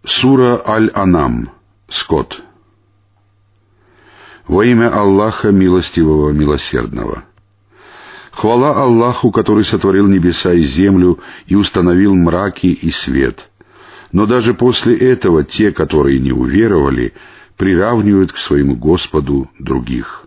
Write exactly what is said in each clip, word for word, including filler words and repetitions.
Сура Аль-Анам. Скот. Во имя Аллаха Милостивого Милосердного. Хвала Аллаху, который сотворил небеса и землю и установил мраки и свет. Но даже после этого те, которые не уверовали, приравнивают к своему Господу других.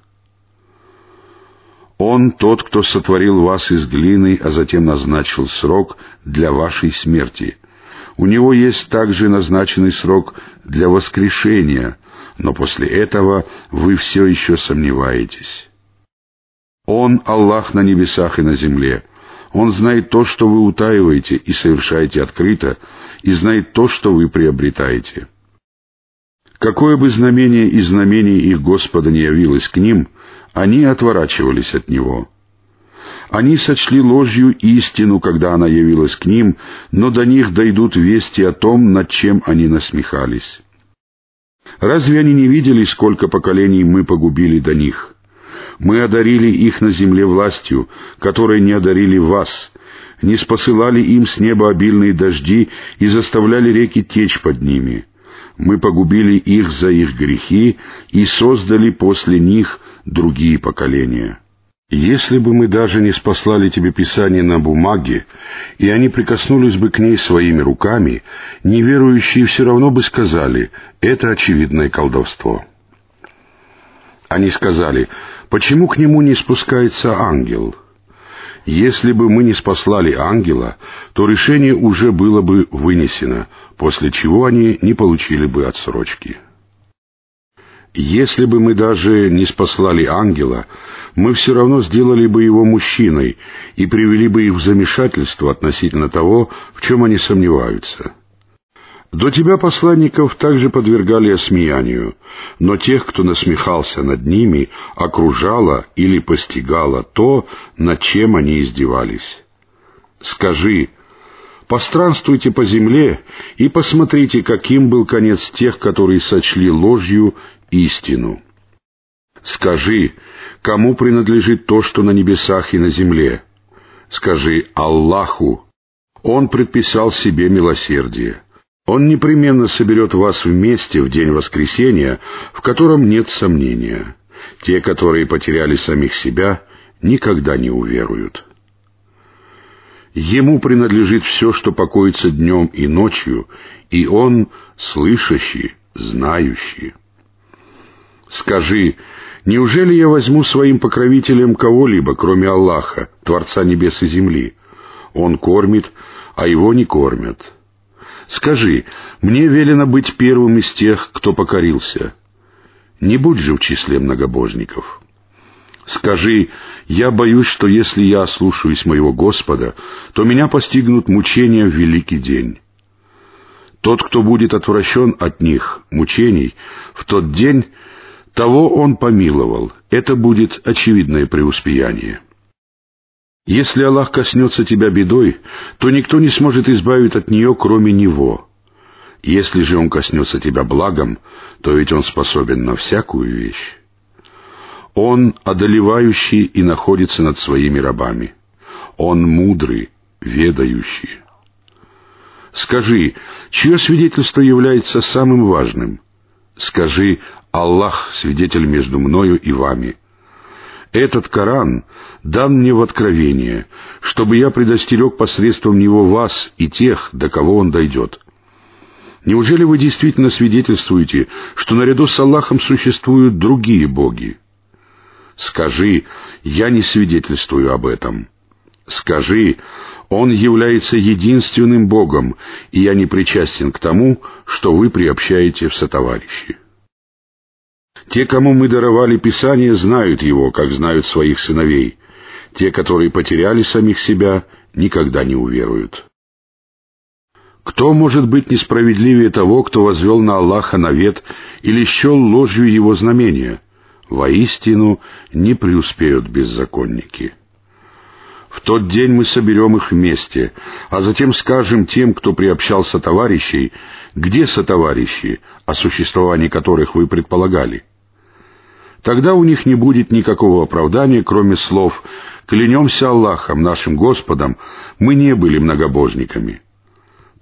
Он тот, кто сотворил вас из глины, а затем назначил срок для вашей смерти. У него есть также назначенный срок для воскрешения, но после этого вы все еще сомневаетесь. Он — Аллах на небесах и на земле. Он знает то, что вы утаиваете и совершаете открыто, и знает то, что вы приобретаете. Какое бы знамение из знамений их Господа не явилось к ним, они отворачивались от него. Они сочли ложью истину, когда она явилась к ним, но до них дойдут вести о том, над чем они насмехались. Разве они не видели, сколько поколений мы погубили до них? Мы одарили их на земле властью, которой не одарили вас, не спосылали им с неба обильные дожди и заставляли реки течь под ними. Мы погубили их за их грехи и создали после них другие поколения. Если бы мы даже не спаслали тебе Писание на бумаге, и они прикоснулись бы к ней своими руками, неверующие все равно бы сказали: это очевидное колдовство. Они сказали: почему к нему не спускается ангел? Если бы мы не спаслали ангела, то решение уже было бы вынесено, после чего они не получили бы отсрочки. Если бы мы даже не спаслали ангела, мы все равно сделали бы его мужчиной и привели бы их в замешательство относительно того, в чем они сомневаются. До тебя посланников также подвергали осмеянию, но тех, кто насмехался над ними, окружало или постигало то, над чем они издевались. Скажи: постранствуйте по земле и посмотрите, каким был конец тех, которые сочли ложью истину. Скажи: кому принадлежит то, что на небесах и на земле? Скажи: Аллаху. Он предписал себе милосердие. Он непременно соберет вас вместе в день воскресения, в котором нет сомнения. Те, которые потеряли самих себя, никогда не уверуют. Ему принадлежит все, что покоится днем и ночью, и Он слышащий, знающий. Скажи: неужели я возьму своим покровителем кого-либо, кроме Аллаха, Творца небес и земли? Он кормит, а его не кормят. Скажи: мне велено быть первым из тех, кто покорился. Не будь же в числе многобожников. Скажи: я боюсь, что если я ослушаюсь моего Господа, то меня постигнут мучения в великий день. Тот, кто будет отвращен от них, мучений, в тот день, того Он помиловал. Это будет очевидное преуспеяние. Если Аллах коснется тебя бедой, то никто не сможет избавить от нее, кроме Него. Если же Он коснется тебя благом, то ведь Он способен на всякую вещь. Он одолевающий и находится над своими рабами. Он мудрый, ведающий. Скажи: чье свидетельство является самым важным? Скажи: Аллах свидетель между мною и вами. Этот Коран дан мне в откровение, чтобы я предостерег посредством него вас и тех, до кого он дойдет. Неужели вы действительно свидетельствуете, что наряду с Аллахом существуют другие боги? Скажи: я не свидетельствую об этом. Скажи: Он является единственным Богом, и я не причастен к тому, что вы приобщаете в сотоварищи. Те, кому мы даровали Писание, знают его, как знают своих сыновей. Те, которые потеряли самих себя, никогда не уверуют. Кто может быть несправедливее того, кто возвел на Аллаха навет или счел ложью его знамения? Воистину, не преуспеют беззаконники. В тот день мы соберем их вместе, а затем скажем тем, кто приобщался товарищей: где сотоварищи, о существовании которых вы предполагали? Тогда у них не будет никакого оправдания, кроме слов: клянемся Аллахом, нашим Господом, мы не были многобожниками.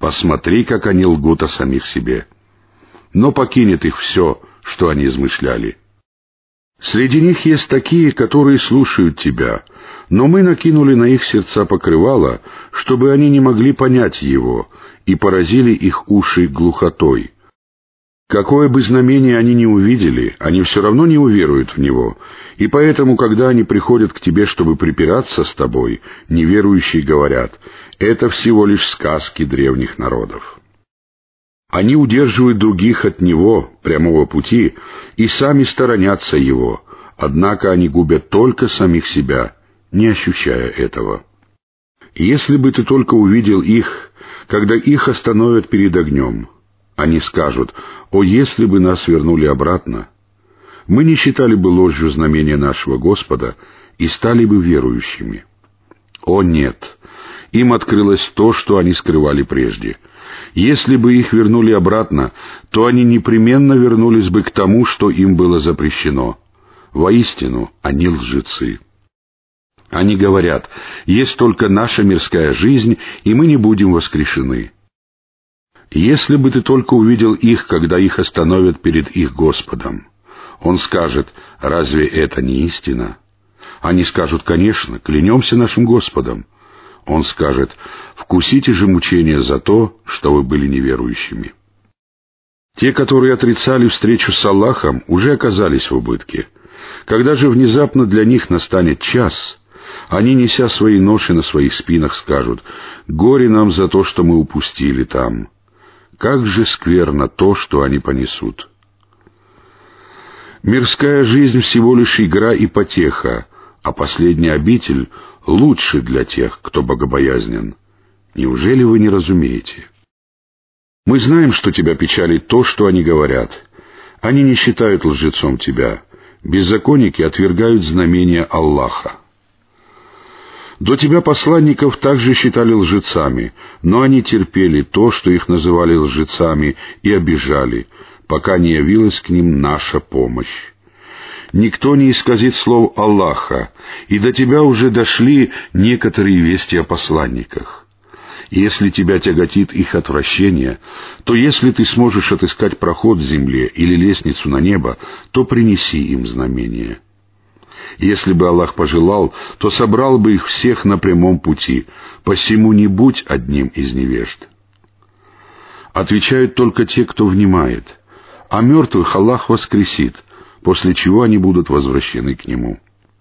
Посмотри, как они лгут о самих себе. Но покинет их все, что они измышляли. Среди них есть такие, которые слушают тебя, но мы накинули на их сердца покрывало, чтобы они не могли понять его, и поразили их уши глухотой. Какое бы знамение они ни увидели, они все равно не уверуют в него, и поэтому, когда они приходят к тебе, чтобы припираться с тобой, неверующие говорят: это всего лишь сказки древних народов. Они удерживают других от него, прямого пути, и сами сторонятся его, однако они губят только самих себя, не ощущая этого. Если бы ты только увидел их, когда их остановят перед огнем, они скажут: «О, если бы нас вернули обратно! Мы не считали бы ложью знамения нашего Господа и стали бы верующими». О, нет! Им открылось то, что они скрывали прежде. Если бы их вернули обратно, то они непременно вернулись бы к тому, что им было запрещено. Воистину, они лжецы. Они говорят: есть только наша мирская жизнь, и мы не будем воскрешены. Если бы ты только увидел их, когда их остановят перед их Господом, Он скажет: разве это не истина? Они скажут: конечно, клянемся нашим Господом. Он скажет: вкусите же мучения за то, что вы были неверующими. Те, которые отрицали встречу с Аллахом, уже оказались в убытке. Когда же внезапно для них настанет час, они, неся свои ноши на своих спинах, скажут: горе нам за то, что мы упустили там. Как же скверно то, что они понесут. Мирская жизнь всего лишь игра и потеха, а последняя обитель лучше для тех, кто богобоязнен. Неужели вы не разумеете? Мы знаем, что тебя печалит то, что они говорят. Они не считают лжецом тебя. Беззаконники отвергают знамения Аллаха. До тебя посланников также считали лжецами, но они терпели то, что их называли лжецами, и обижали, пока не явилась к ним наша помощь. Никто не исказит слов Аллаха, и до тебя уже дошли некоторые вести о посланниках. Если тебя тяготит их отвращение, то если ты сможешь отыскать проход в земле или лестницу на небо, то принеси им знамение. Если бы Аллах пожелал, то собрал бы их всех на прямом пути, посему не будь одним из невежд. Отвечают только те, кто внимает, а мертвых Аллах воскресит, после чего они будут возвращены к Нему.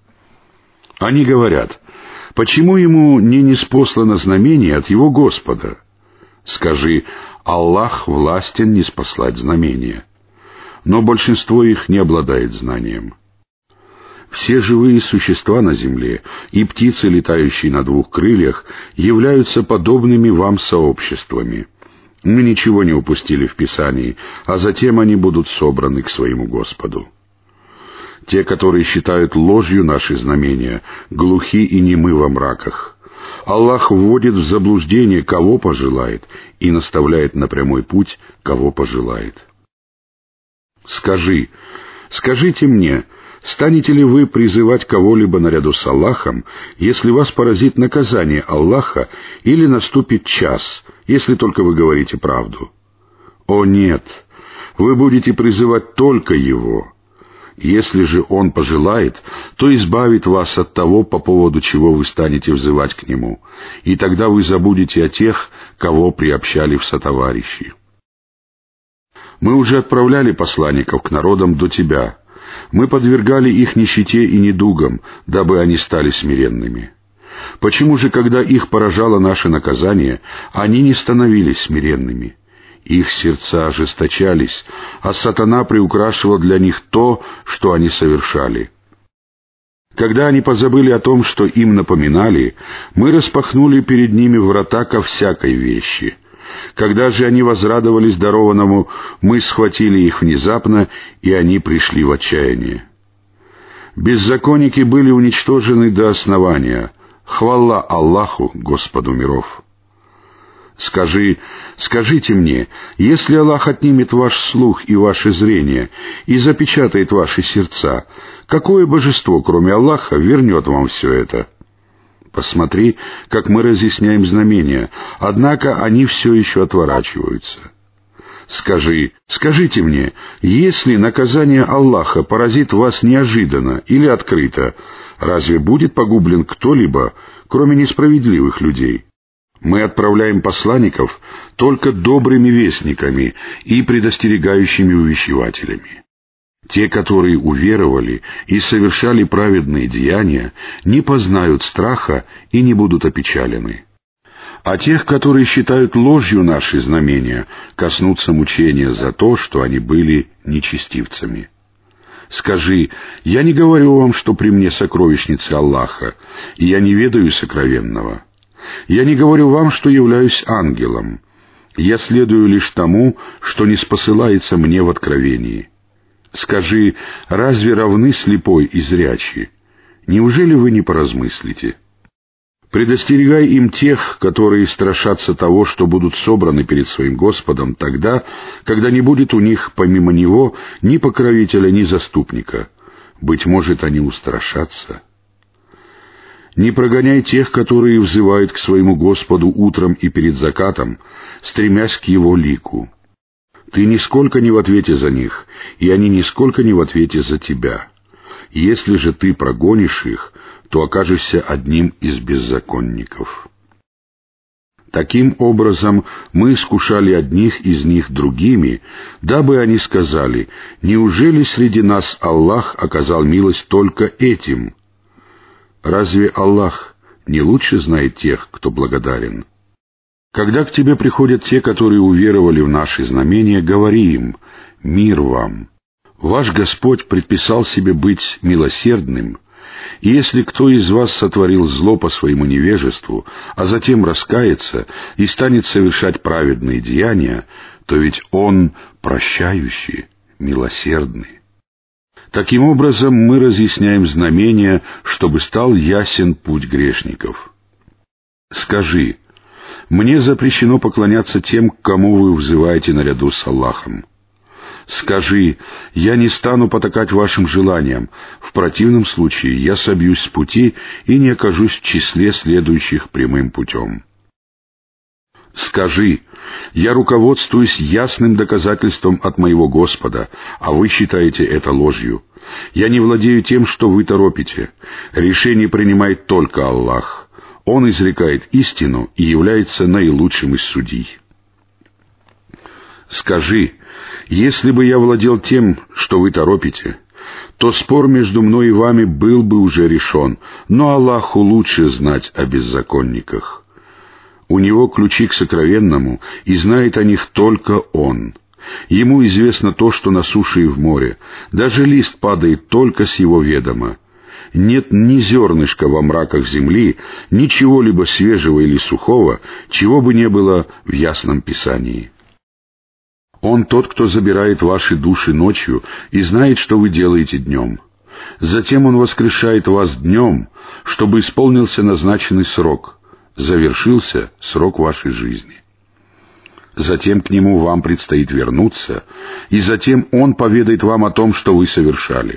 Они говорят: почему ему не ниспослано знамение от его Господа? Скажи: Аллах властен ниспослать знамение. Но большинство их не обладает знанием. Все живые существа на земле и птицы, летающие на двух крыльях, являются подобными вам сообществами. Мы ничего не упустили в Писании, а затем они будут собраны к своему Господу. Те, которые считают ложью наши знамения, глухи и немы во мраках. Аллах вводит в заблуждение, кого пожелает, и наставляет на прямой путь, кого пожелает. Скажи, скажите мне, станете ли вы призывать кого-либо наряду с Аллахом, если вас поразит наказание Аллаха, или наступит час, если только вы говорите правду? О нет, вы будете призывать только Его. Если же Он пожелает, то избавит вас от того, по поводу чего вы станете взывать к Нему, и тогда вы забудете о тех, кого приобщали в сотоварищи. Мы уже отправляли посланников к народам до тебя. Мы подвергали их нищете и недугам, дабы они стали смиренными. Почему же, когда их поражало наше наказание, они не становились смиренными? Их сердца ожесточались, а сатана приукрашивал для них то, что они совершали. Когда они позабыли о том, что им напоминали, мы распахнули перед ними врата ко всякой вещи. Когда же они возрадовались дарованному, мы схватили их внезапно, и они пришли в отчаяние. Беззаконники были уничтожены до основания. Хвала Аллаху, Господу миров! Скажи, скажите мне, если Аллах отнимет ваш слух и ваше зрение и запечатает ваши сердца, какое божество, кроме Аллаха, вернет вам все это? Посмотри, как мы разъясняем знамения, однако они все еще отворачиваются. Скажи, скажите мне, если наказание Аллаха поразит вас неожиданно или открыто, разве будет погублен кто-либо, кроме несправедливых людей? Мы отправляем посланников только добрыми вестниками и предостерегающими увещевателями. Те, которые уверовали и совершали праведные деяния, не познают страха и не будут опечалены. А тех, которые считают ложью наши знамения, коснутся мучения за то, что они были нечестивцами. Скажи, я не говорю вам, что при мне сокровищницы Аллаха, и я не ведаю сокровенного. Я не говорю вам, что являюсь ангелом. Я следую лишь тому, что не спосылается мне в откровении. Скажи, разве равны слепой и зрячий? Неужели вы не поразмыслите? Предостерегай им тех, которые страшатся того, что будут собраны перед своим Господом тогда, когда не будет у них помимо Него ни покровителя, ни заступника. Быть может, они устрашатся. Не прогоняй тех, которые взывают к своему Господу утром и перед закатом, стремясь к Его лику. Ты нисколько не в ответе за них, и они нисколько не в ответе за тебя. Если же ты прогонишь их, то окажешься одним из беззаконников. Таким образом, мы искушали одних из них другими, дабы они сказали, неужели среди нас Аллах оказал милость только этим? Разве Аллах не лучше знает тех, кто благодарен? Когда к тебе приходят те, которые уверовали в наши знамения, говори им: «Мир вам! Ваш Господь предписал себе быть милосердным, и если кто из вас сотворил зло по своему невежеству, а затем раскается и станет совершать праведные деяния, то ведь Он прощающий, милосердный». Таким образом, мы разъясняем знамения, чтобы стал ясен путь грешников. Скажи, мне запрещено поклоняться тем, к кому вы взываете наряду с Аллахом. Скажи, я не стану потакать вашим желаниям, в противном случае я собьюсь с пути и не окажусь в числе следующих прямым путем. Скажи, я руководствуюсь ясным доказательством от моего Господа, а вы считаете это ложью. Я не владею тем, что вы торопите. Решение принимает только Аллах. Он изрекает истину и является наилучшим из судей. Скажи, если бы я владел тем, что вы торопите, то спор между мной и вами был бы уже решен, но Аллаху лучше знать о беззаконниках. У Него ключи к сокровенному, и знает о них только Он. Ему известно то, что на суше и в море. Даже лист падает только с Его ведома. Нет ни зернышка во мраках земли, ничего-либо свежего или сухого, чего бы не было в ясном Писании. Он тот, кто забирает ваши души ночью и знает, что вы делаете днем. Затем Он воскрешает вас днем, чтобы исполнился назначенный срок, завершился срок вашей жизни. Затем к Нему вам предстоит вернуться, и затем Он поведает вам о том, что вы совершали.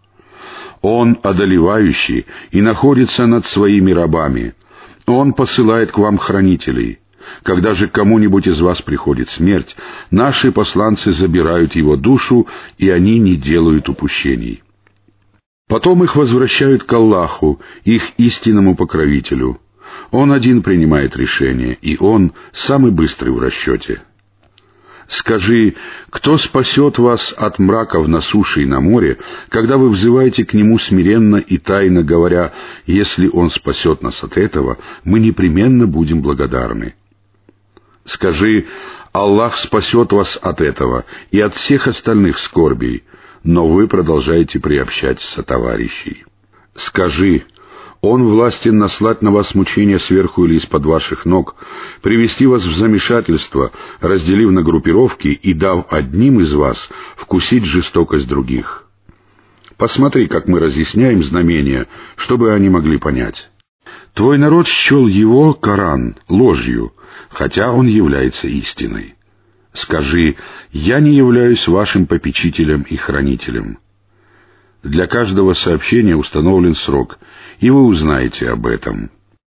Он одолевающий и находится над своими рабами. Он посылает к вам хранителей. Когда же кому-нибудь из вас приходит смерть, наши посланцы забирают его душу, и они не делают упущений. Потом их возвращают к Аллаху, их истинному покровителю. Он один принимает решение, и Он самый быстрый в расчете. Скажи, кто спасет вас от мраков на суше и на море, когда вы взываете к Нему смиренно и тайно, говоря, если Он спасет нас от этого, мы непременно будем благодарны. Скажи, Аллах спасет вас от этого и от всех остальных скорбей, но вы продолжаете приобщать сотоварищей. Скажи, Он властен наслать на вас мучения сверху или из-под ваших ног, привести вас в замешательство, разделив на группировки и дав одним из вас вкусить жестокость других. Посмотри, как мы разъясняем знамения, чтобы они могли понять. Твой народ счел его, Коран, ложью, хотя он является истиной. Скажи, я не являюсь вашим попечителем и хранителем. Для каждого сообщения установлен срок, и вы узнаете об этом.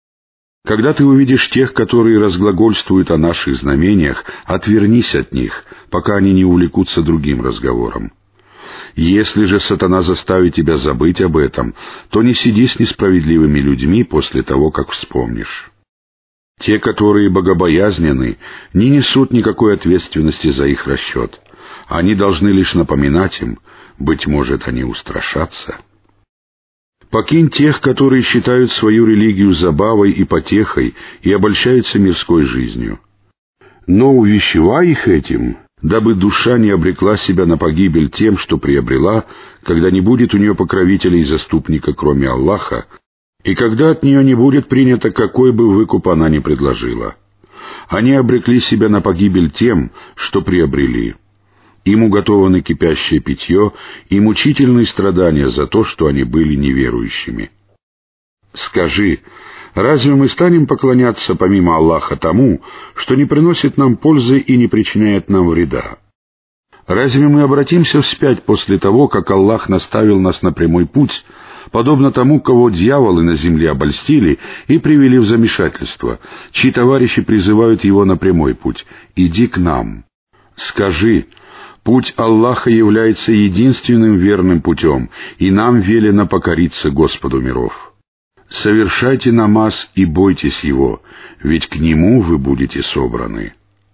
Когда ты увидишь тех, которые разглагольствуют о наших знамениях, отвернись от них, пока они не увлекутся другим разговором. Если же сатана заставит тебя забыть об этом, то не сиди с несправедливыми людьми после того, как вспомнишь. Те, которые богобоязненны, не несут никакой ответственности за их расчет. Они должны лишь напоминать им, быть может, они устрашатся. Покинь тех, которые считают свою религию забавой и потехой и обольщаются мирской жизнью. Но увещевай их этим, дабы душа не обрекла себя на погибель тем, что приобрела, когда не будет у нее покровителя и заступника, кроме Аллаха, и когда от нее не будет принято, какой бы выкуп она ни предложила. Они обрекли себя на погибель тем, что приобрели. Им уготовано кипящее питье и мучительные страдания за то, что они были неверующими. Скажи, разве мы станем поклоняться помимо Аллаха тому, что не приносит нам пользы и не причиняет нам вреда? Разве мы обратимся вспять после того, как Аллах наставил нас на прямой путь, подобно тому, кого дьяволы на земле обольстили и привели в замешательство, чьи товарищи призывают его на прямой путь? Иди к нам. Скажи, путь Аллаха является единственным верным путем, и нам велено покориться Господу миров. Совершайте намаз и бойтесь Его, ведь к Нему вы будете собраны.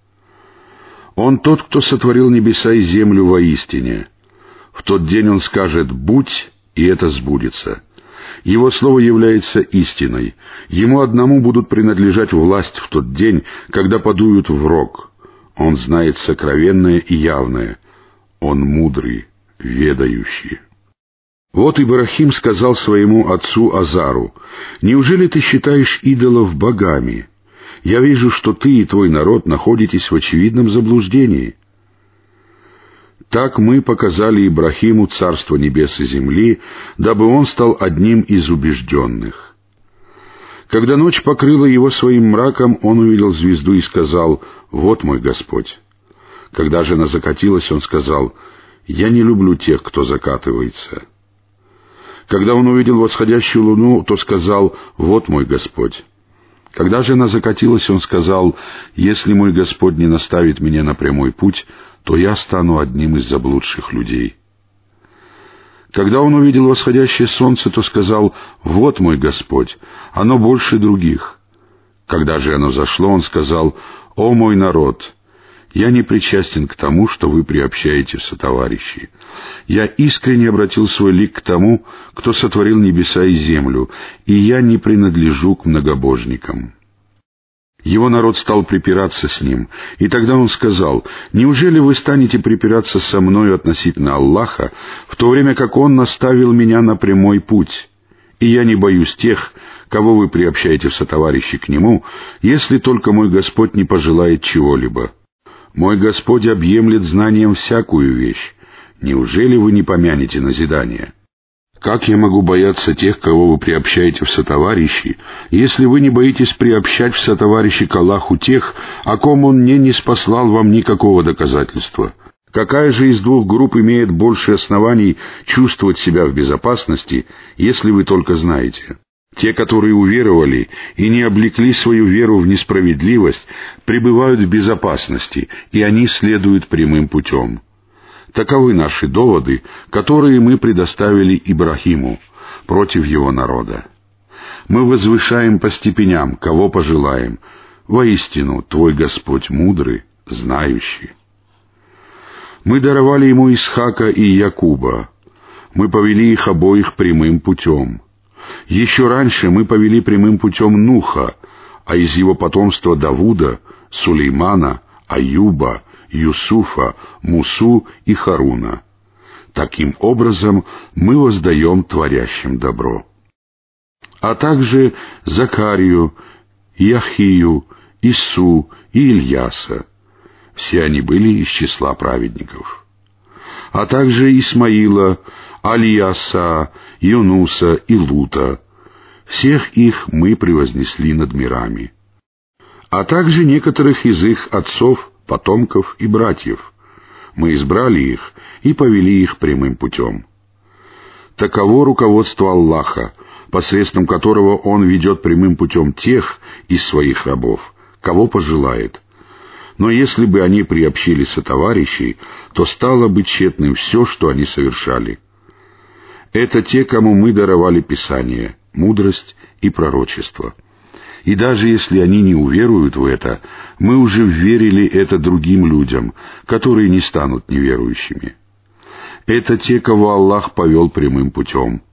Он тот, кто сотворил небеса и землю воистине. В тот день Он скажет «будь», и это сбудется. Его слово является истиной. Ему одному будут принадлежать власть в тот день, когда подуют в рог. Он знает сокровенное и явное. Он мудрый, ведающий. Вот Ибрахим сказал своему отцу Азару: «Неужели ты считаешь идолов богами? Я вижу, что ты и твой народ находитесь в очевидном заблуждении». Так мы показали Ибрахиму царство небес и земли, дабы он стал одним из убежденных. Когда ночь покрыла его своим мраком, он увидел звезду и сказал: «Вот мой Господь». Когда же она закатилась, он сказал: «Я не люблю тех, кто закатывается». Когда он увидел восходящую луну, то сказал: «Вот мой Господь». Когда же она закатилась, он сказал: «Если мой Господь не наставит меня на прямой путь, то я стану одним из заблудших людей». Когда он увидел восходящее солнце, то сказал: «Вот мой Господь, оно больше других». Когда же оно зашло, он сказал: «О мой народ, я не причастен к тому, что вы приобщаете в сотоварищи. Я искренне обратил свой лик к тому, кто сотворил небеса и землю, и я не принадлежу к многобожникам». Его народ стал припираться с ним, и тогда он сказал: «Неужели вы станете припираться со мною относительно Аллаха, в то время как Он наставил меня на прямой путь? И я не боюсь тех, кого вы приобщаете в сотоварищи к Нему, если только мой Господь не пожелает чего-либо. Мой Господь объемлет знанием всякую вещь. Неужели вы не помянете назидание? Как я могу бояться тех, кого вы приобщаете в сотоварищи, если вы не боитесь приобщать в сотоварищи к Аллаху тех, о ком Он не ниспослал вам никакого доказательства? Какая же из двух групп имеет больше оснований чувствовать себя в безопасности, если вы только знаете? Те, которые уверовали и не облекли свою веру в несправедливость, пребывают в безопасности, и они следуют прямым путем. Таковы наши доводы, которые мы предоставили Ибрахиму против его народа. Мы возвышаем по степеням, кого пожелаем. Воистину, твой Господь мудрый, знающий. Мы даровали ему Исхака и Якуба. Мы повели их обоих прямым путем. Еще раньше мы повели прямым путем Нуха, а из его потомства Давуда, Сулеймана, Аюба, Юсуфа, Мусу и Харуна. Таким образом мы воздаем творящим добро. А также Закарию, Яхию, Ису и Ильяса. Все они были из числа праведников. А также Исмаила, Алияса, Юнуса и Лута. Всех их мы превознесли над мирами. А также некоторых из их отцов, потомков и братьев. Мы избрали их и повели их прямым путем. Таково руководство Аллаха, посредством которого Он ведет прямым путем тех из Своих рабов, кого пожелает. Но если бы они приобщили сотоварищей, то стало бы тщетным все, что они совершали. Это те, кому мы даровали Писание, мудрость и пророчество. И даже если они не уверуют в это, мы уже вверили это другим людям, которые не станут неверующими. Это те, кого Аллах повел прямым путем.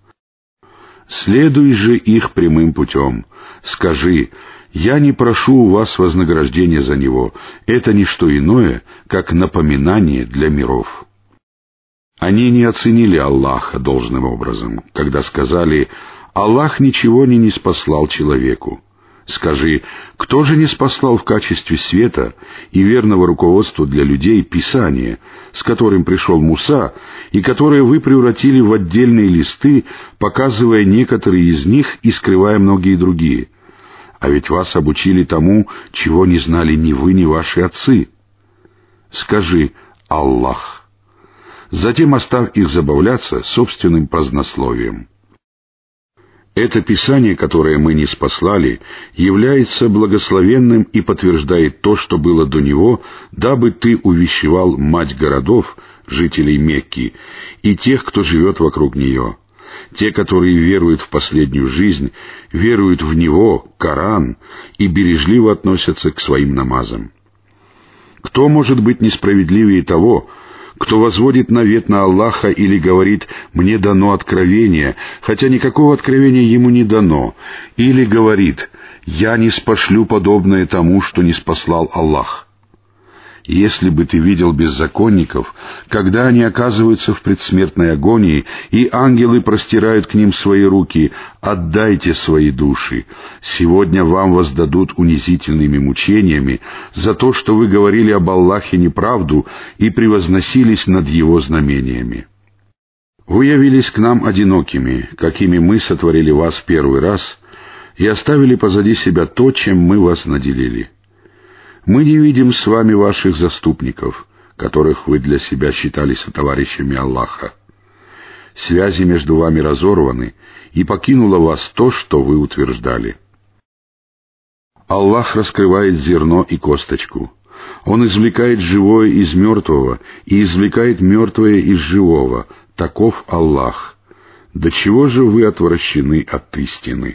Следуй же их прямым путем. Скажи: «Я не прошу у вас вознаграждения за него. Это не что иное, как напоминание для миров». Они не оценили Аллаха должным образом, когда сказали: «Аллах ничего не ниспослал человеку». Скажи: кто же ниспослал в качестве света и верного руководства для людей Писание, с которым пришел Муса, и которое вы превратили в отдельные листы, показывая некоторые из них и скрывая многие другие? А ведь вас обучили тому, чего не знали ни вы, ни ваши отцы. Скажи: Аллах. Затем оставь их забавляться собственным празднословием. Это Писание, которое мы ниспослали, является благословенным и подтверждает то, что было до него, дабы ты увещевал мать городов, жителей Мекки, и тех, кто живет вокруг нее. Те, которые веруют в последнюю жизнь, веруют в него, Коран, и бережливо относятся к своим намазам. Кто может быть несправедливее того, кто возводит навет на Аллаха или говорит: «Мне дано откровение», хотя никакого откровения ему не дано, или говорит: «Я не спошлю подобное тому, что не спаслал Аллах». Если бы ты видел беззаконников, когда они оказываются в предсмертной агонии, и ангелы простирают к ним свои руки: «Отдайте свои души. Сегодня вам воздадут унизительными мучениями за то, что вы говорили об Аллахе неправду и превозносились над Его знамениями». Вы явились к нам одинокими, какими мы сотворили вас в первый раз, и оставили позади себя то, чем мы вас наделили. Мы не видим с вами ваших заступников, которых вы для себя считали сотоварищами Аллаха. Связи между вами разорваны, и покинуло вас то, что вы утверждали. Аллах раскрывает зерно и косточку. Он извлекает живое из мертвого и извлекает мертвое из живого. Таков Аллах. До чего же вы отвращены от истины?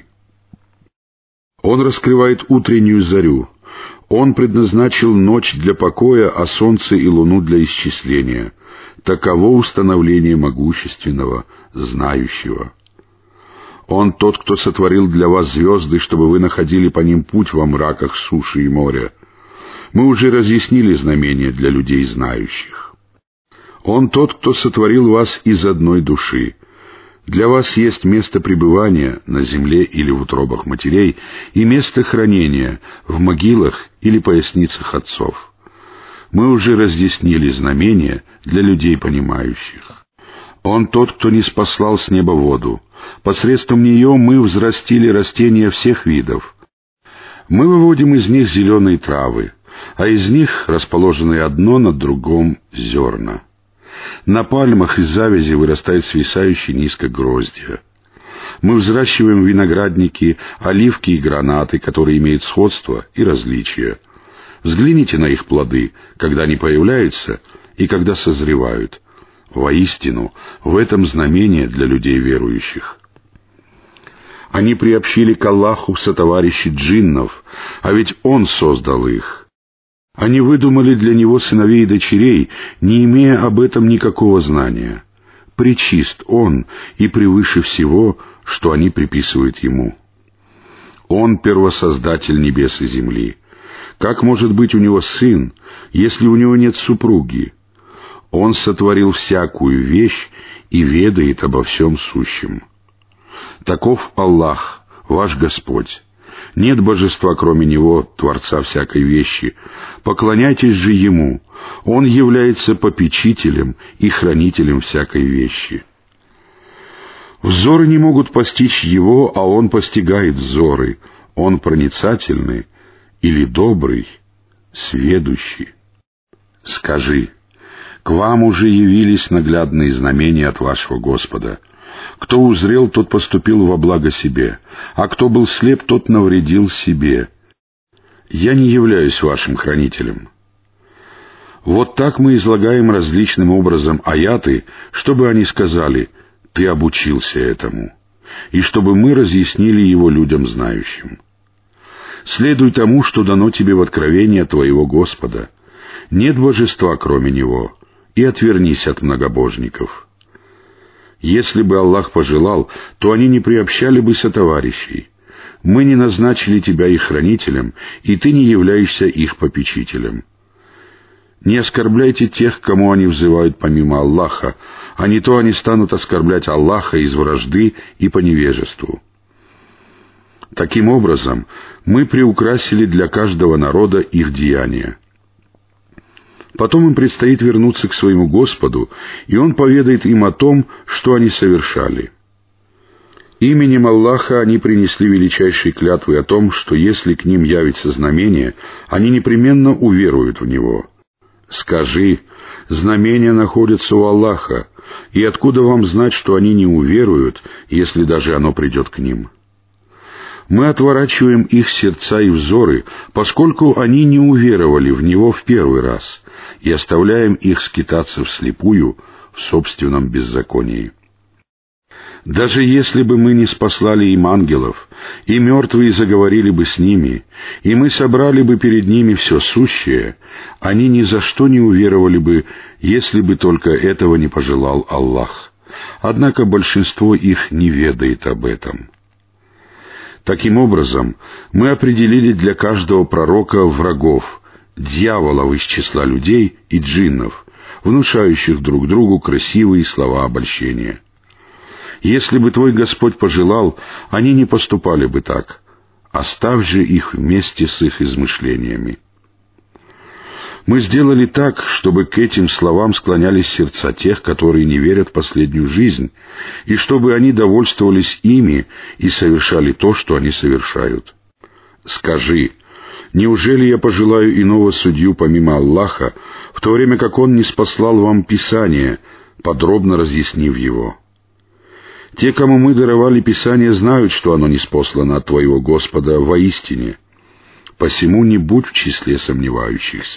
Он раскрывает утреннюю зарю. Он предназначил ночь для покоя, а солнце и луну для исчисления. Таково установление могущественного, знающего. Он тот, кто сотворил для вас звезды, чтобы вы находили по ним путь во мраках суши и моря. Мы уже разъяснили знамения для людей знающих. Он тот, кто сотворил вас из одной души. Для вас есть место пребывания на земле или в утробах матерей, и место хранения в могилах или поясницах отцов. Мы уже разъяснили знамения для людей понимающих. Он тот, кто ниспослал с неба воду. Посредством нее мы взрастили растения всех видов. Мы выводим из них зеленые травы, а из них расположенные одно над другом зерна. На пальмах из завязи вырастают свисающие низко гроздья. Мы взращиваем виноградники, оливки и гранаты, которые имеют сходство и различия. Взгляните на их плоды, когда они появляются и когда созревают. Воистину, в этом знамение для людей верующих. Они приобщили к Аллаху сотоварищи джиннов, а ведь Он создал их. Они выдумали для него сыновей и дочерей, не имея об этом никакого знания. Пречист Он и превыше всего, что они приписывают Ему. Он первосоздатель небес и земли. Как может быть у него сын, если у него нет супруги? Он сотворил всякую вещь и ведает обо всем сущем. Таков Аллах, ваш Господь. Нет божества, кроме Него, Творца всякой вещи. Поклоняйтесь же Ему. Он является попечителем и хранителем всякой вещи. Взоры не могут постичь Его, а Он постигает взоры. Он проницательный или добрый, сведущий. Скажи: к вам уже явились наглядные знамения от вашего Господа. Кто узрел, тот поступил во благо себе, а кто был слеп, тот навредил себе. Я не являюсь вашим хранителем». Вот так мы излагаем различным образом аяты, чтобы они сказали: «Ты обучился этому», и чтобы мы разъяснили его людям знающим. Следуй тому, что дано тебе в откровении от твоего Господа. Нет божества, кроме Него, и отвернись от многобожников. Если бы Аллах пожелал, то они не приобщали бы сотоварищей. Мы не назначили тебя их хранителем, и ты не являешься их попечителем. Не оскорбляйте тех, к кому они взывают помимо Аллаха, а не то они станут оскорблять Аллаха из вражды и по невежеству. Таким образом, мы приукрасили для каждого народа их деяния. Потом им предстоит вернуться к своему Господу, и Он поведает им о том, что они совершали. Именем Аллаха они принесли величайшие клятвы о том, что если к ним явится знамение, они непременно уверуют в него. Скажи: знамения находятся у Аллаха, и откуда вам знать, что они не уверуют, если даже оно придет к ним? Мы отворачиваем их сердца и взоры, поскольку они не уверовали в Него в первый раз, и оставляем их скитаться вслепую в собственном беззаконии. Даже если бы мы не спаслали им ангелов, и мертвые заговорили бы с ними, и мы собрали бы перед ними все сущее, они ни за что не уверовали бы, если бы только этого не пожелал Аллах. Однако большинство их не ведает об этом. Таким образом, мы определили для каждого пророка врагов, дьяволов из числа людей и джиннов, внушающих друг другу красивые слова обольщения. Если бы твой Господь пожелал, они не поступали бы так. Оставь же их вместе с их измышлениями. Мы сделали так, чтобы к этим словам склонялись сердца тех, которые не верят в последнюю жизнь, и чтобы они довольствовались ими и совершали то, что они совершают. Скажи: неужели я пожелаю иного судью помимо Аллаха, в то время как Он не спаслал вам Писание, подробно разъяснив его? Те, кому мы даровали Писание, знают, что оно ниспослано от твоего Господа воистине. Посему не будь в числе сомневающихся.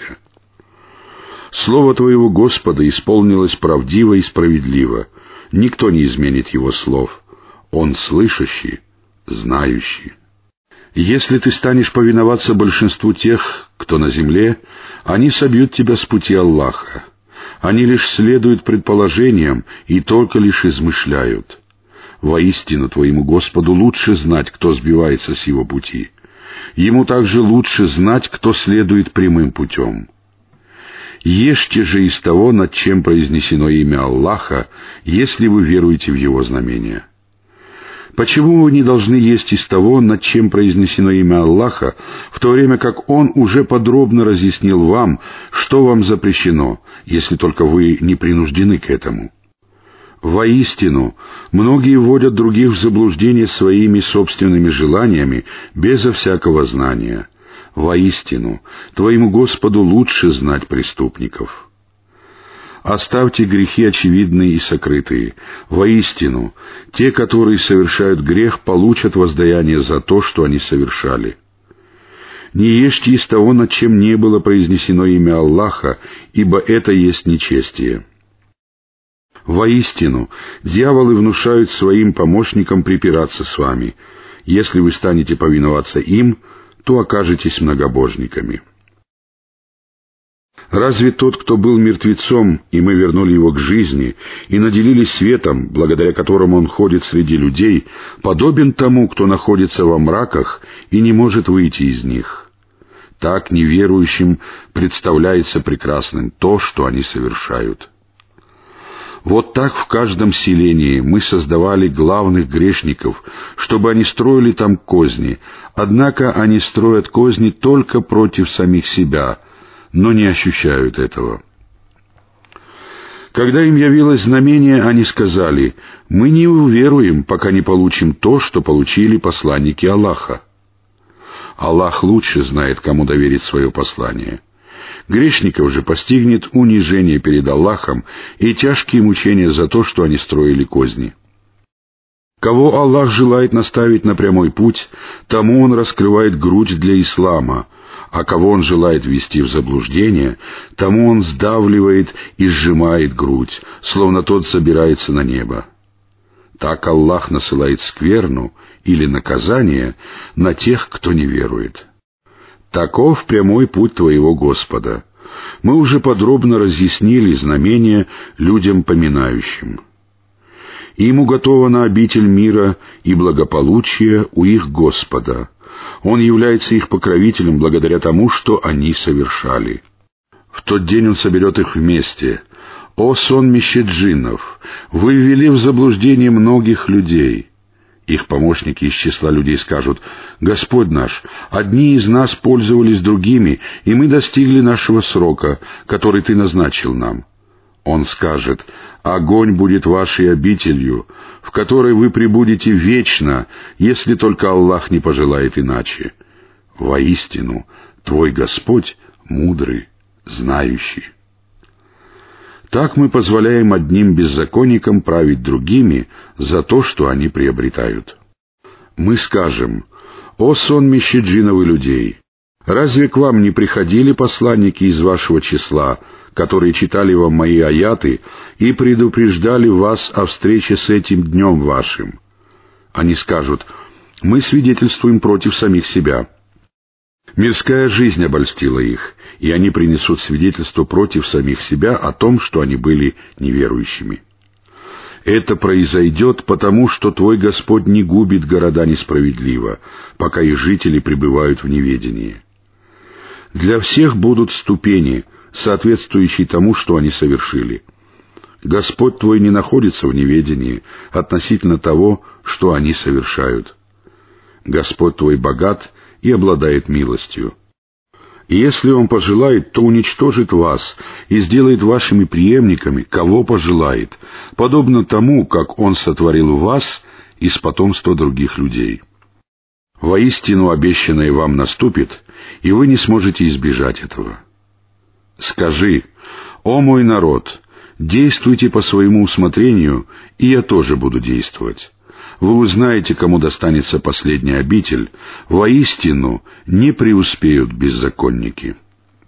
Слово твоего Господа исполнилось правдиво и справедливо. Никто не изменит его слов. Он слышащий, знающий. Если ты станешь повиноваться большинству тех, кто на земле, они собьют тебя с пути Аллаха. Они лишь следуют предположениям и только лишь измышляют. Воистину, твоему Господу лучше знать, кто сбивается с его пути. Ему также лучше знать, кто следует прямым путем. Ешьте же из того, над чем произнесено имя Аллаха, если вы веруете в Его знамения. Почему вы не должны есть из того, над чем произнесено имя Аллаха, в то время как Он уже подробно разъяснил вам, что вам запрещено, если только вы не принуждены к этому? Воистину, многие вводят других в заблуждение своими собственными желаниями, безо всякого знания. Воистину, твоему Господу лучше знать преступников. Оставьте грехи очевидные и сокрытые. Воистину, те, которые совершают грех, получат воздаяние за то, что они совершали. Не ешьте из того, над чем не было произнесено имя Аллаха, ибо это есть нечестие. Воистину, дьяволы внушают своим помощникам припираться с вами. Если вы станете повиноваться им, то окажетесь многобожниками. Разве тот, кто был мертвецом, и мы вернули его к жизни, и наделили светом, благодаря которому он ходит среди людей, подобен тому, кто находится во мраках и не может выйти из них? Так неверующим представляется прекрасным то, что они совершают. Вот так в каждом селении мы создавали главных грешников, чтобы они строили там козни, однако они строят козни только против самих себя, но не ощущают этого. Когда им явилось знамение, они сказали: «Мы не уверуем, пока не получим то, что получили посланники Аллаха». Аллах лучше знает, кому доверить свое послание. Грешников же постигнет унижение перед Аллахом и тяжкие мучения за то, что они строили козни. Кого Аллах желает наставить на прямой путь, тому Он раскрывает грудь для ислама, а кого Он желает ввести в заблуждение, тому Он сдавливает и сжимает грудь, словно тот собирается на небо. Так Аллах насылает скверну или наказание на тех, кто не верует. Таков прямой путь твоего Господа. Мы уже подробно разъяснили знамения людям поминающим. Им уготована обитель мира и благополучия у их Господа. Он является их покровителем благодаря тому, что они совершали. В тот день Он соберет их вместе. О сонмище джиннов! Вы ввели в заблуждение многих людей. Их помощники из числа людей скажут: «Господь наш, одни из нас пользовались другими, и мы достигли нашего срока, который Ты назначил нам». Он скажет: «Огонь будет вашей обителью, в которой вы пребудете вечно, если только Аллах не пожелает иначе. Воистину, твой Господь мудрый, знающий». Так мы позволяем одним беззаконникам править другими за то, что они приобретают. Мы скажем: «О сонмище джиннов и людей! Разве к вам не приходили посланники из вашего числа, которые читали вам мои аяты и предупреждали вас о встрече с этим днем вашим?» Они скажут: «Мы свидетельствуем против самих себя». Мирская жизнь обольстила их, и они принесут свидетельство против самих себя о том, что они были неверующими. Это произойдет потому, что твой Господь не губит города несправедливо, пока их жители пребывают в неведении. Для всех будут ступени, соответствующие тому, что они совершили. Господь твой не находится в неведении относительно того, что они совершают. Господь твой богат и обладает милостью. И если Он пожелает, то уничтожит вас и сделает вашими преемниками, кого пожелает, подобно тому, как Он сотворил вас из потомства других людей. Воистину обещанное вам наступит, и вы не сможете избежать этого. Скажи: «О мой народ, действуйте по своему усмотрению, и я тоже буду действовать. Вы узнаете, кому достанется последняя обитель. Воистину не преуспеют беззаконники».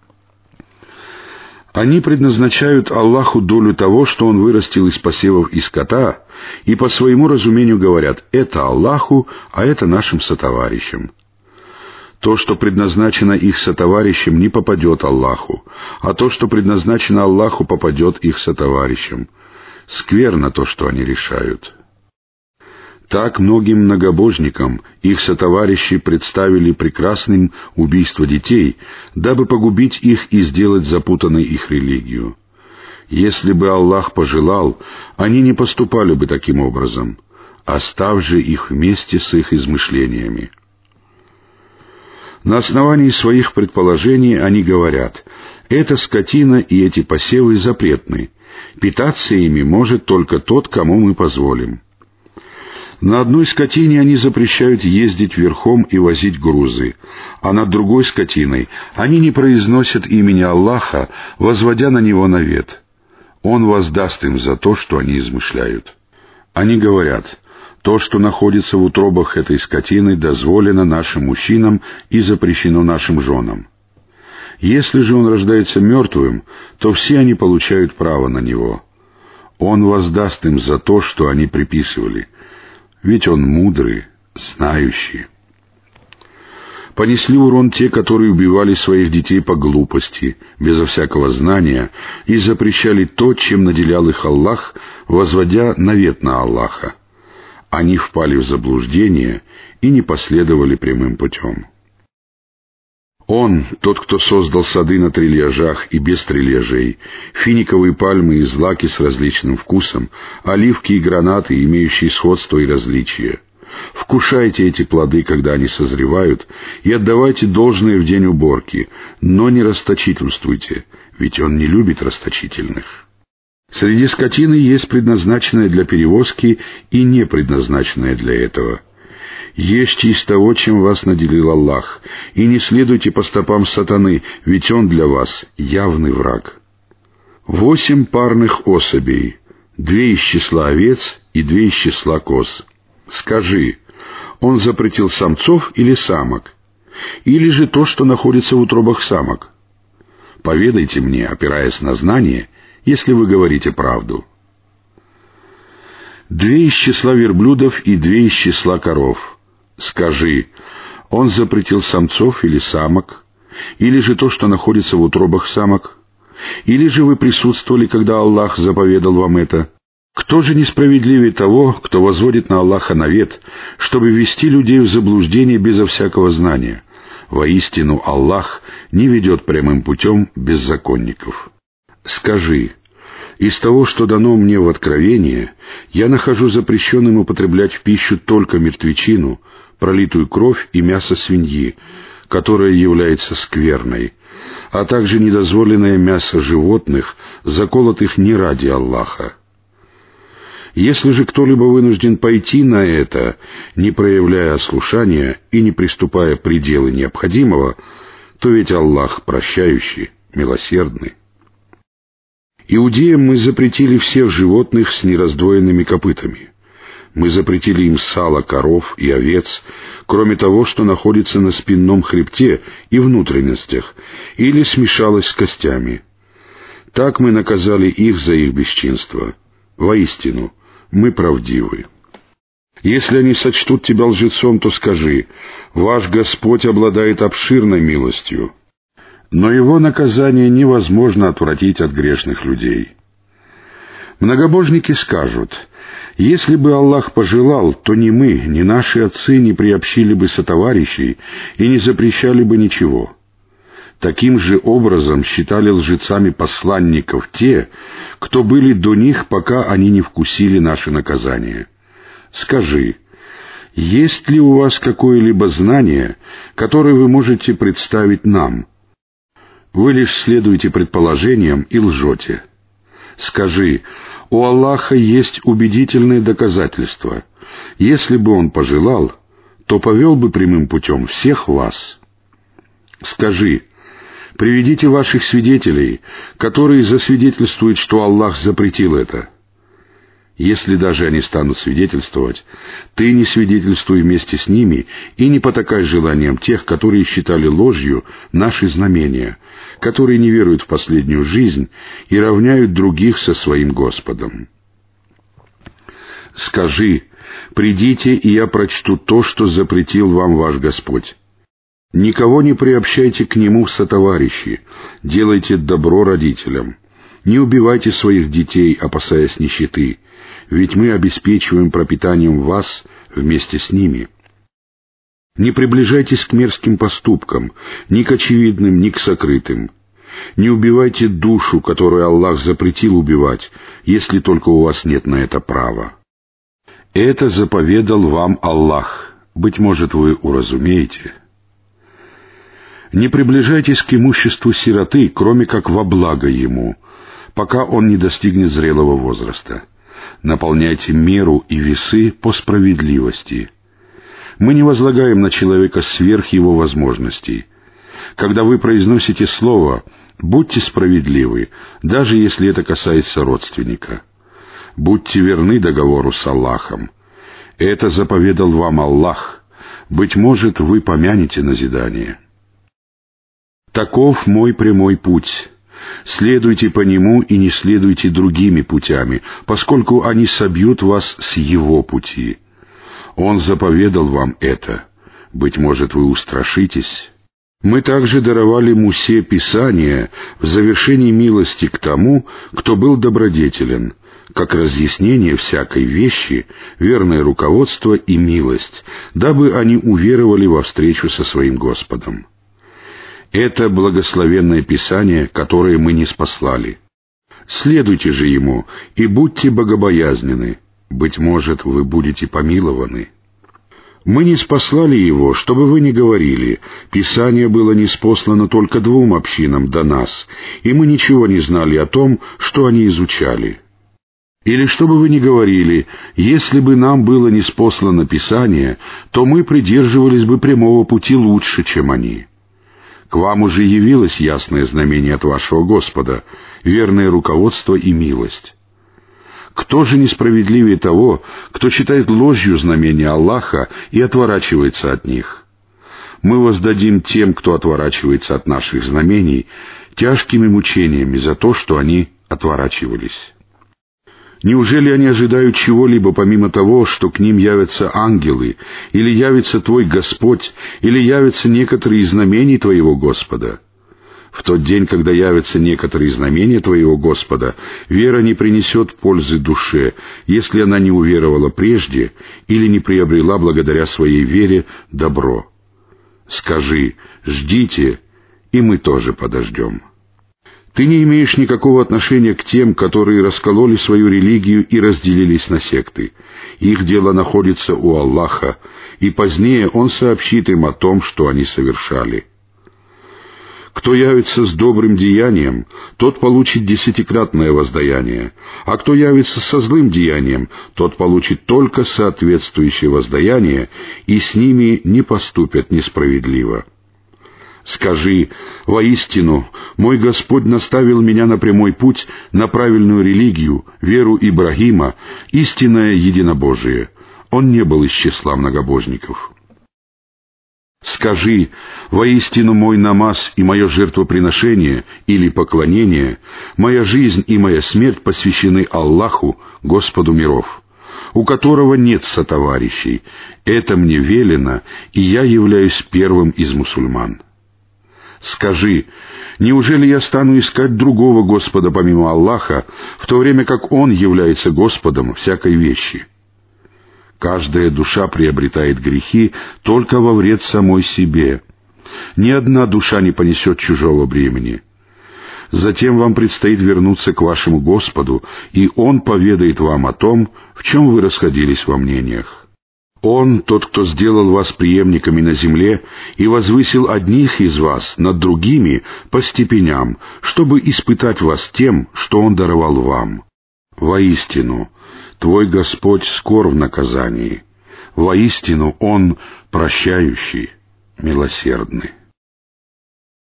Они предназначают Аллаху долю того, что Он вырастил из посевов и скота, и по своему разумению говорят: «Это Аллаху, а это нашим сотоварищам». То, что предназначено их сотоварищам, не попадет Аллаху, а то, что предназначено Аллаху, попадет их сотоварищам. Скверно то, что они решают. Так многим многобожникам их сотоварищи представили прекрасным убийство детей, дабы погубить их и сделать запутанной их религию. Если бы Аллах пожелал, они не поступали бы таким образом, оставь же их вместе с их измышлениями. На основании своих предположений они говорят: «Эта скотина и эти посевы запретны, питаться ими может только тот, кому мы позволим». На одной скотине они запрещают ездить верхом и возить грузы, а над другой скотиной они не произносят имени Аллаха, возводя на него навет. Он воздаст им за то, что они измышляют. Они говорят: «То, что находится в утробах этой скотины, дозволено нашим мужчинам и запрещено нашим женам. Если же он рождается мертвым, то все они получают право на него. Он воздаст им за то, что они приписывали, ведь Он мудрый, знающий». Понесли урон те, которые убивали своих детей по глупости, безо всякого знания, и запрещали то, чем наделял их Аллах, возводя навет на Аллаха. Они впали в заблуждение и не последовали прямым путем. Он, тот, кто создал сады на трильяжах и без трильяжей, финиковые пальмы и злаки с различным вкусом, оливки и гранаты, имеющие сходство и различия. Вкушайте эти плоды, когда они созревают, и отдавайте должное в день уборки, но не расточительствуйте, ведь Он не любит расточительных. Среди скотины есть предназначенная для перевозки и не предназначенная для этого. Ешьте из того, чем вас наделил Аллах, и не следуйте по стопам сатаны, ведь он для вас явный враг. Восемь парных особей, две из числа овец и две из числа коз. Скажи, Он запретил самцов или самок? Или же то, что находится в утробах самок? Поведайте мне, опираясь на знание, если вы говорите правду. Две из числа верблюдов и две из числа коров. Скажи, Он запретил самцов или самок? Или же то, что находится в утробах самок? Или же вы присутствовали, когда Аллах заповедал вам это? Кто же несправедливее того, кто возводит на Аллаха навет, чтобы ввести людей в заблуждение безо всякого знания? Воистину, Аллах не ведет прямым путем беззаконников. Скажи, из того, что дано мне в откровение, я нахожу запрещенным употреблять в пищу только мертвечину, пролитую кровь и мясо свиньи, которое является скверной, а также недозволенное мясо животных, заколотых не ради Аллаха. Если же кто-либо вынужден пойти на это, не проявляя ослушания и не приступая к пределу необходимого, то ведь Аллах прощающий, милосердный. Иудеям мы запретили всех животных с нераздвоенными копытами. Мы запретили им сало коров и овец, кроме того, что находится на спинном хребте и внутренностях, или смешалось с костями. Так мы наказали их за их бесчинство. Воистину, мы правдивы. Если они сочтут тебя лжецом, то скажи: ваш Господь обладает обширной милостью, но Его наказание невозможно отвратить от грешных людей. Многобожники скажут: если бы Аллах пожелал, то ни мы, ни наши отцы не приобщили бы сотоварищей и не запрещали бы ничего. Таким же образом считали лжецами посланников те, кто были до них, пока они не вкусили наше наказание. Скажи, есть ли у вас какое-либо знание, которое вы можете представить нам? Вы лишь следуете предположениям и лжете. Скажи, у Аллаха есть убедительные доказательства. Если бы Он пожелал, то повел бы прямым путем всех вас. Скажи, приведите ваших свидетелей, которые засвидетельствуют, что Аллах запретил это. Если даже они станут свидетельствовать, ты не свидетельствуй вместе с ними и не потакай желаниям тех, которые считали ложью наши знамения, которые не веруют в последнюю жизнь и равняют других со своим Господом. Скажи: придите, и я прочту то, что запретил вам ваш Господь. Никого не приобщайте к Нему в сотоварищи, делайте добро родителям. Не убивайте своих детей, опасаясь нищеты, ведь мы обеспечиваем пропитанием вас вместе с ними. Не приближайтесь к мерзким поступкам, ни к очевидным, ни к сокрытым. Не убивайте душу, которую Аллах запретил убивать, если только у вас нет на это права. Это заповедал вам Аллах, быть может, вы уразумеете. Не приближайтесь к имуществу сироты, кроме как во благо ему, пока он не достигнет зрелого возраста. Наполняйте меру и весы по справедливости. Мы не возлагаем на человека сверх его возможностей. Когда вы произносите слово, будьте справедливы, даже если это касается родственника. Будьте верны договору с Аллахом. Это заповедал вам Аллах. Быть может, вы помянете назидание. Таков мой прямой путь. Следуйте по нему и не следуйте другими путями, поскольку они собьют вас с его пути. Он заповедал вам это. Быть может, вы устрашитесь. Мы также даровали Мусе Писание в завершении милости к тому, кто был добродетелен, как разъяснение всякой вещи, верное руководство и милость, дабы они уверовали во встречу со своим Господом. Это благословенное Писание, которое мы ниспослали. Следуйте же ему и будьте богобоязненны, быть может, вы будете помилованы. Мы ниспослали его, чтобы вы не говорили: Писание было ниспослано только двум общинам до нас, и мы ничего не знали о том, что они изучали. Или чтобы вы не говорили: если бы нам было ниспослано Писание, то мы придерживались бы прямого пути лучше, чем они. К вам уже явилось ясное знамение от вашего Господа, верное руководство и милость. Кто же несправедливее того, кто читает ложью знамения Аллаха и отворачивается от них? Мы воздадим тем, кто отворачивается от наших знамений, тяжкими мучениями за то, что они отворачивались. Неужели они ожидают чего-либо помимо того, что к ним явятся ангелы, или явится Твой Господь, или явятся некоторые из знамений Твоего Господа? В тот день, когда явятся некоторые знамения Твоего Господа, вера не принесет пользы душе, если она не уверовала прежде или не приобрела благодаря своей вере добро. Скажи: ждите, и мы тоже подождем. Ты не имеешь никакого отношения к тем, которые раскололи свою религию и разделились на секты. Их дело находится у Аллаха, и позднее Он сообщит им о том, что они совершали. Кто явится с добрым деянием, тот получит десятикратное воздаяние, а кто явится со злым деянием, тот получит только соответствующее воздаяние, и с ними не поступят несправедливо. Скажи: воистину, мой Господь наставил меня на прямой путь, на правильную религию, веру Ибрагима, истинное единобожие. Он не был из числа многобожников. Скажи: воистину мой намаз и мое жертвоприношение или поклонение, моя жизнь и моя смерть посвящены Аллаху, Господу миров, у которого нет сотоварищей. Это мне велено, и я являюсь первым из мусульман. Скажи: неужели я стану искать другого Господа помимо Аллаха, в то время как Он является Господом всякой вещи? Каждая душа приобретает грехи только во вред самой себе. Ни одна душа не понесет чужого бремени. Затем вам предстоит вернуться к вашему Господу, и Он поведает вам о том, в чем вы расходились во мнениях. Он, тот, кто сделал вас преемниками на земле и возвысил одних из вас над другими по степеням, чтобы испытать вас тем, что Он даровал вам. Воистину, Твой Господь скор в наказании. Воистину, Он прощающий, милосердный.